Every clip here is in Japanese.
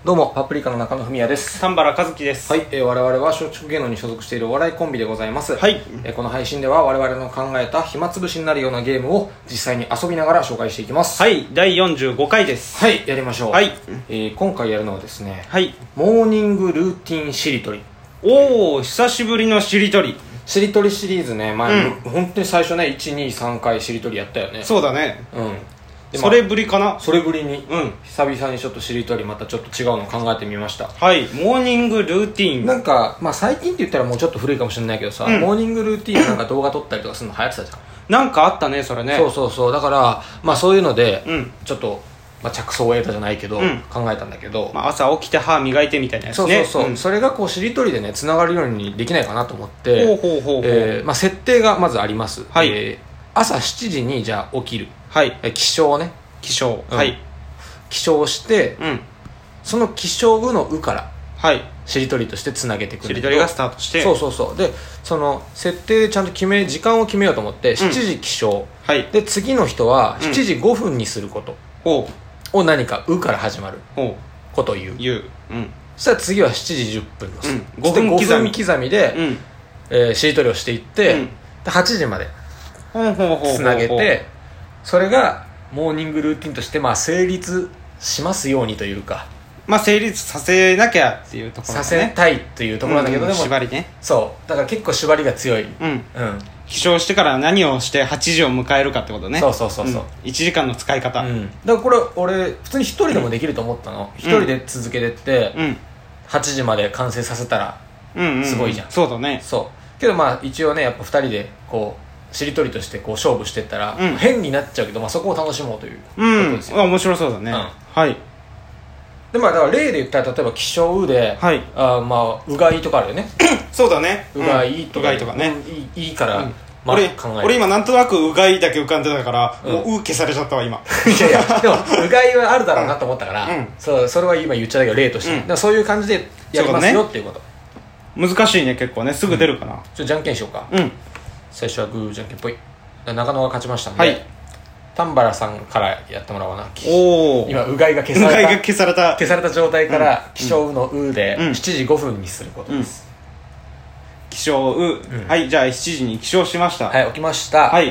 どうもパプリカの中野文也です。 丹原和樹です。 はい、我々は松竹芸能に所属しているお笑いコンビでございます。 はい。 この配信では我々の考えた暇つぶしになるようなゲームを実際に遊びながら紹介していきます。 はい、第45回です。 はい、やりましょう。 はい。 今回やるのはですね、 はい。 モーニングルーティンしりとり。 おー、久しぶりのしりとり。 しりとりシリーズね、前、本当に最初ね、1、2、3回しりとりやったよね。 そうだね。 でそれぶりかな。 それぶりに、久々にちょっとしりとりまたちょっと違うのを考えてみました。 はい、モーニングルーティーン。 なんか、まあ最近って言ったらもうちょっと古いかもしれないけどさ、モーニングルーティーンなんか動画撮ったりとかするの流行ってたじゃん。 なんかあったね、それね。 そうだからまあそういうので、ちょっと、まあ、着想を得たじゃないけど、考えたんだけど、 まあ、朝起きて歯磨いてみたいなやつね。 それがこうしりとりでねつながるようにできないかなと思って、まあ、設定がまずあります。 はい。 朝7時にじゃあ起きる。 はい。 起床ね。 起床。はい。 起床して、その起床の「う」からはい。 しりとりとしてつなげていくんだけど、 しりとりがスタートして、 そうで、その設定でちゃんと時間を決めようと思って、7時起床、 はい。 で次の人は7時5分にすることを何か「う」から始まることを言う。そしたら次は7時10分の 5分刻みで、しりとりをしていって、で8時までつなげて、それがモーニングルーティンとしてまあ成立しますようにというか、 まあ成立させなきゃっていうところ、 させたいというところなんだけど、でも縛りね。 そうだから結構縛りが強い。 起床してから何をして8時を迎えるかってことね。 そう、 1時間の使い方。 だからこれ俺普通に一人でもできると思ったの。一人で続けてって8時まで完成させたらすごいじゃん。 そうだね。 そうけどまあ一応ねやっぱ2人でこうしりとりとしてこう勝負してったら変になっちゃうけど、まあそこを楽しもうということですよ。 面白そうだね。はい。 でまあだから例で言ったら例えば起床で、まあうがいとかあるよね。そうだね。うがいとかね。いいから。 俺今なんとなくうがいだけ浮かんでたから、もう消されちゃったわ今。 いやでもうがいはあるだろうなと思ったから、それは今言っちゃったけど例として、だからそういう感じでやりますよっていうこと。 難しいね結構ね。すぐ出るかな。 じゃんけんしようか。最初はグーじゃんけんぽい。中野が勝ちましたんで、丹原さんからやってもらおうな。今うがいが消された状態から起床のうで7時5分にすることです。 起床はい、じゃあ7時に起床しました。 はい、起きました。 はい。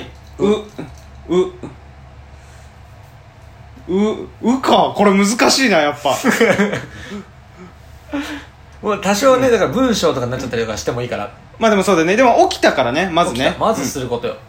か。これ難しいなやっぱ。 もう多少ね、だから文章とかになっちゃったりとかしてもいいから。 まあでもそうだね。でも起きたからね、まずね。 まずすることよ。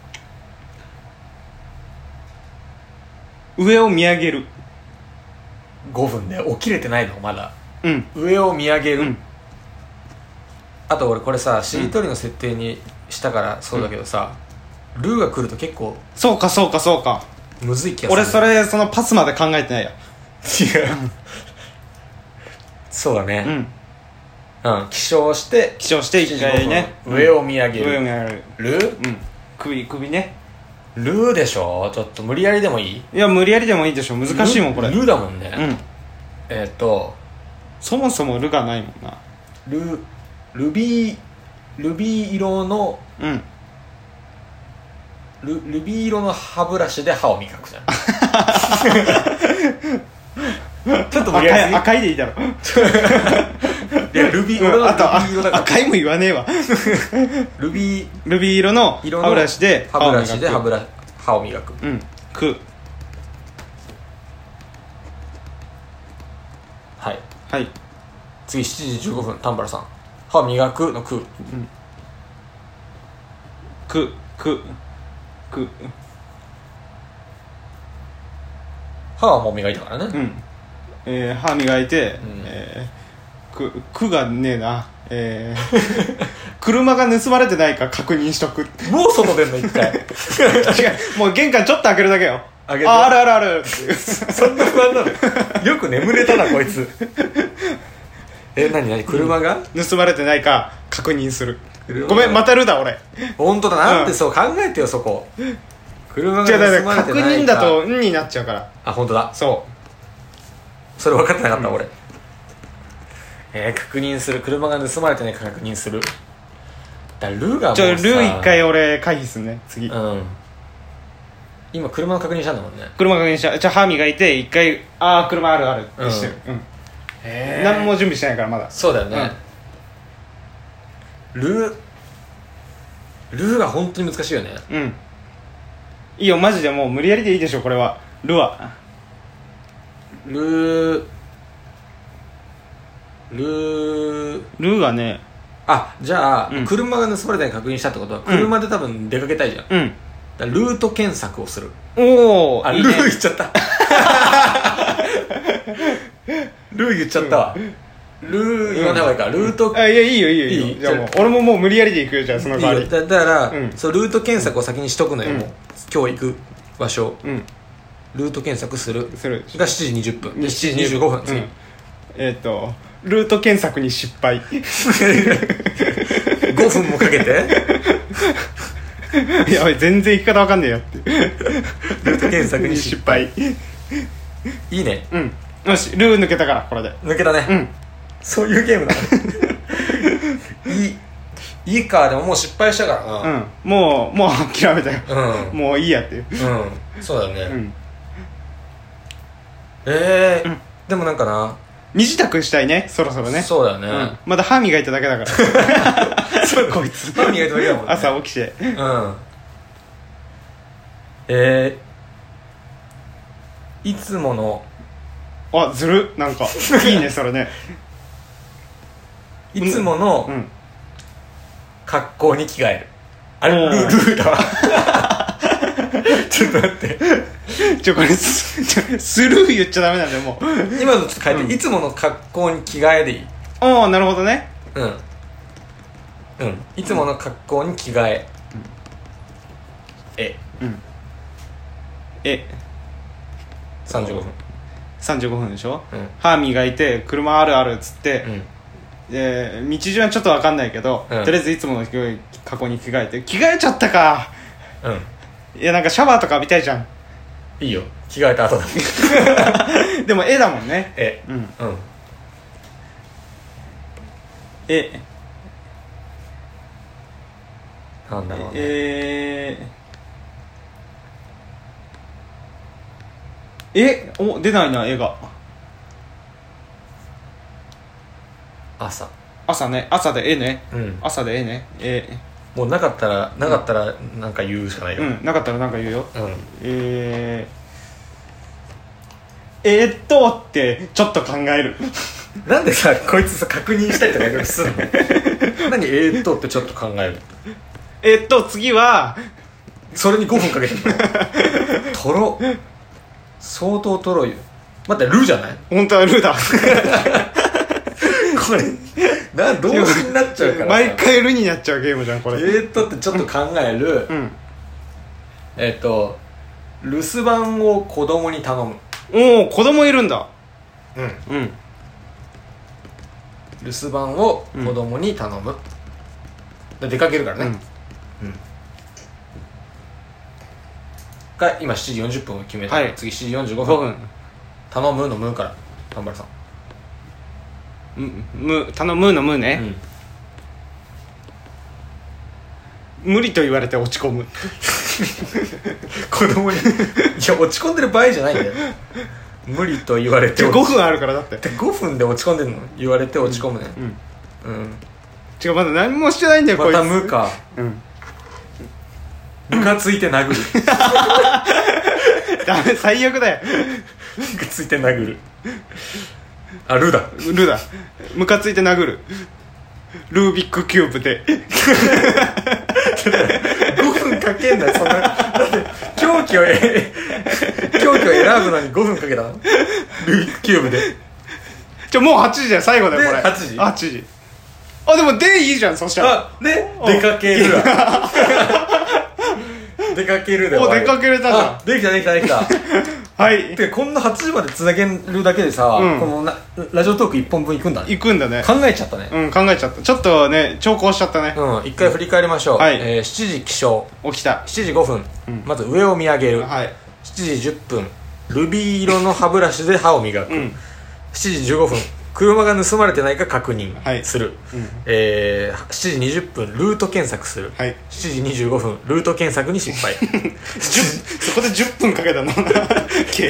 上を見上げる。 5分で起きれてないのまだ。上を見上げる。あと俺これさしりとりの設定にしたからそうだけどさ、ルーが来ると結構そうかむずい気がする。 俺そのパスまで考えてないや。 そうだね。起床して一回ね上を見上げる。ルー首ね。 ルーでしょ。ちょっと無理やりでもいい？ いや無理やりでもいいでしょ。難しいもんこれ。 ルーだもんね。 そもそもルがないもんな。 ルビー色のルビー色の歯ブラシで歯を磨くじゃん。ちょっと無理やり赤いでいいだろ。 いやルビー色だから赤いも言わねえわ。 ルビー色の歯ブラシで歯を磨く。はい次7時15分丹原さん歯磨くのく。歯はもう磨いたからね。 歯磨いて、くがねえな。車が盗まれてないか確認しとく。 もう外出んの一回。 違う、もう玄関ちょっと開けるだけよ。あるそんな不安なの？よく眠れたなこいつ。何車が盗まれてないか確認する。ごめんまたるだ俺。 本当だ。なんでそう考えてよそこ。車が盗まれてないか確認だとんになっちゃうから。 あ本当だ。それ分かってなかった俺。確認する。車が盗まれてないか確認する。だルーがもうさルー一回俺回避すんね次。 今車の確認したんだもんね。 車確認した。歯磨いて一回車あるってしてる。 何も準備してないからまだ。 そうだよね、ルーが本当に難しいよね。 いいよマジで、もう無理やりでいいでしょこれは。ルはルーがね、 じゃあ、車が盗まれたに確認したってことは車で多分出かけたいじゃん、だルート検索をする。 おお、 ルー言っちゃったルー言っちゃったわ。ルー言わない方がいいか、ルート。 いや、いいよいいよ。じゃあもう俺ももう無理やりで行くよ、じゃあその代わり。 だから、そうルート検索を先にしとくのよ、もう今日行く場所、ルート検索するが7時20分で7時25分、次ルート検索に失敗 5分もかけてやばい、全然行き方わかんねえよってルート検索に失敗いいね。 よし、ルー抜けたから、これで抜けたね。そういうゲームだいいか。でももう失敗したからな。 もう諦めたよ。もういいやっていう。 そうだよね。でもなんかな、 身支度したいね、そろそろね。 そうだよね。 まだ歯磨いただけだからそうこいつ歯磨いただけだもんね。 朝起きて。 いつものずる、なんかいいねそれね。 いつもの格好に着替える。あれルーだわちょっと待って、 これスルー言っちゃダメなんだよ、もう。 今のちょっと変えて、いつもの格好に着替えでいい。 なるほどね。 いつもの格好に着替え。 35分でしょ。歯磨いて車あるあるっつって、道順はちょっと分かんないけど、とりあえずいつもの格好に着替えて、着替えちゃったか。いや、なんかシャワーとか浴びたいじゃん。 いいよ、着替えた後だでも絵だもんね。 なんだろうね。 出ないな、絵が。朝ね、朝で絵ね。朝で絵ね。 もうなかったらなんか言うしかないよ。 なかったらなんか言うよ。ってちょっと考えるなんでさ、こいつさ確認したりとかいろいろするの何ってちょっと考える。 次はそれに5分かけてるとろ、相当とろいよ。待って、ルーじゃない？ 本当はルーだこれ動詞になっちゃうからさ、 毎回ルになっちゃうゲームじゃんこれ。 ってちょっと考える。留守番を子供に頼む。 子供いるんだ。 留守番を子供に頼む。出かけるからね。が今7時40分を決めた。次7時45分。頼むのムーから丹原さん。 頼むのムーね。無理と言われて落ち込む子供にいや、落ち込んでる場合じゃないんだよ。無理と言われて 5分あるからだって。 5分で落ち込んでるの？言われて落ち込むね。 違う、まだ何もしてないんだよこいつ。 また無か。ムカついて殴るダメ、最悪だよ。 ムカついて殴る。ルーだ。 ムカついて殴る。ルービックキューブで5 分かけんなよ、そんな。だって凶器を選ぶのに5分かけたの。ルービックキューブで。 もう8時だよ、最後だよこれ。 8時。 でもでいいじゃん、そしたら。 出かけるわ出かけるで。 出かけれたじゃん。 できたはい。てかこんな8時までつなげるだけでさ、このラジオトーク1本分いくんだね。 いくんだね。 考えちゃったね。 考えちゃった。ちょっとね、長考しちゃったね。 一回振り返りましょう。7時起床。 起きた。 7時5分。まず上を見上げる。7時10分。ルビー色の歯ブラシで歯を磨く。7時15分。 車が盗まれてないか確認する、 はい、 7時20分ルート検索する、 はい、 7時25分ルート検索に失敗そこで10分かけたの7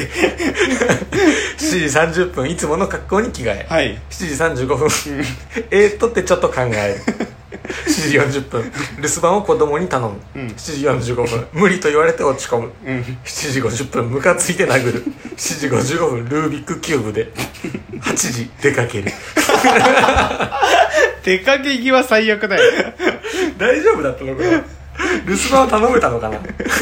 時30分いつもの格好に着替え、 はい、 7時35分ってちょっと考える7時40分留守番を子供に頼む、7時45分無理と言われて落ち込む、7時50分ムカついて殴る、7時55分ルービックキューブで、8時出かける出かけ際最悪だよ大丈夫だったのかな、留守番を頼めたのかな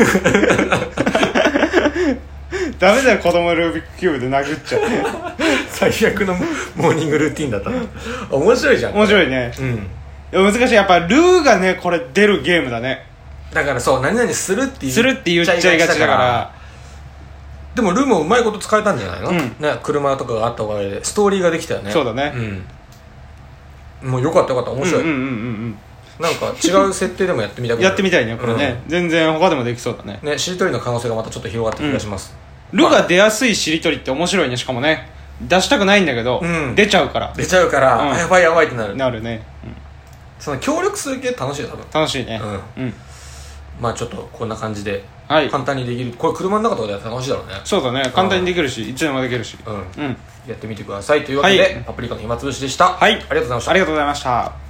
ダメだよ、子供ルービックキューブで殴っちゃう最悪のモーニングルーティンだったの。面白いじゃん。 面白いね。難しい。やっぱルーがね、これ出るゲームだね。 だからそう、何々するって言っちゃいがちだから。 でもルーもうまいこと使えたんじゃないの、ね、車とかがあったおかげでストーリーができたよね。 そうだね、 もうよかったよかった、面白い。なんか違う設定でもやってみたくなるやってみたいねこれね、全然他でもできそうだね。 しりとりの可能性がまたちょっと広がった気がします。 ルが出やすいしりとりって面白いね。しかもね、出したくないんだけど、出ちゃうから、 やばいやばいってなるね。 その協力する系楽しいよ多分。 楽しいね。 まあちょっとこんな感じで簡単にできる。これ車の中とかで楽しいだろうね。 そうだね、簡単にできるし、いつでもできるし、 やってみてくださいというわけで、パプリカの暇つぶしでした。 はい、ありがとうございました。 ありがとうございました。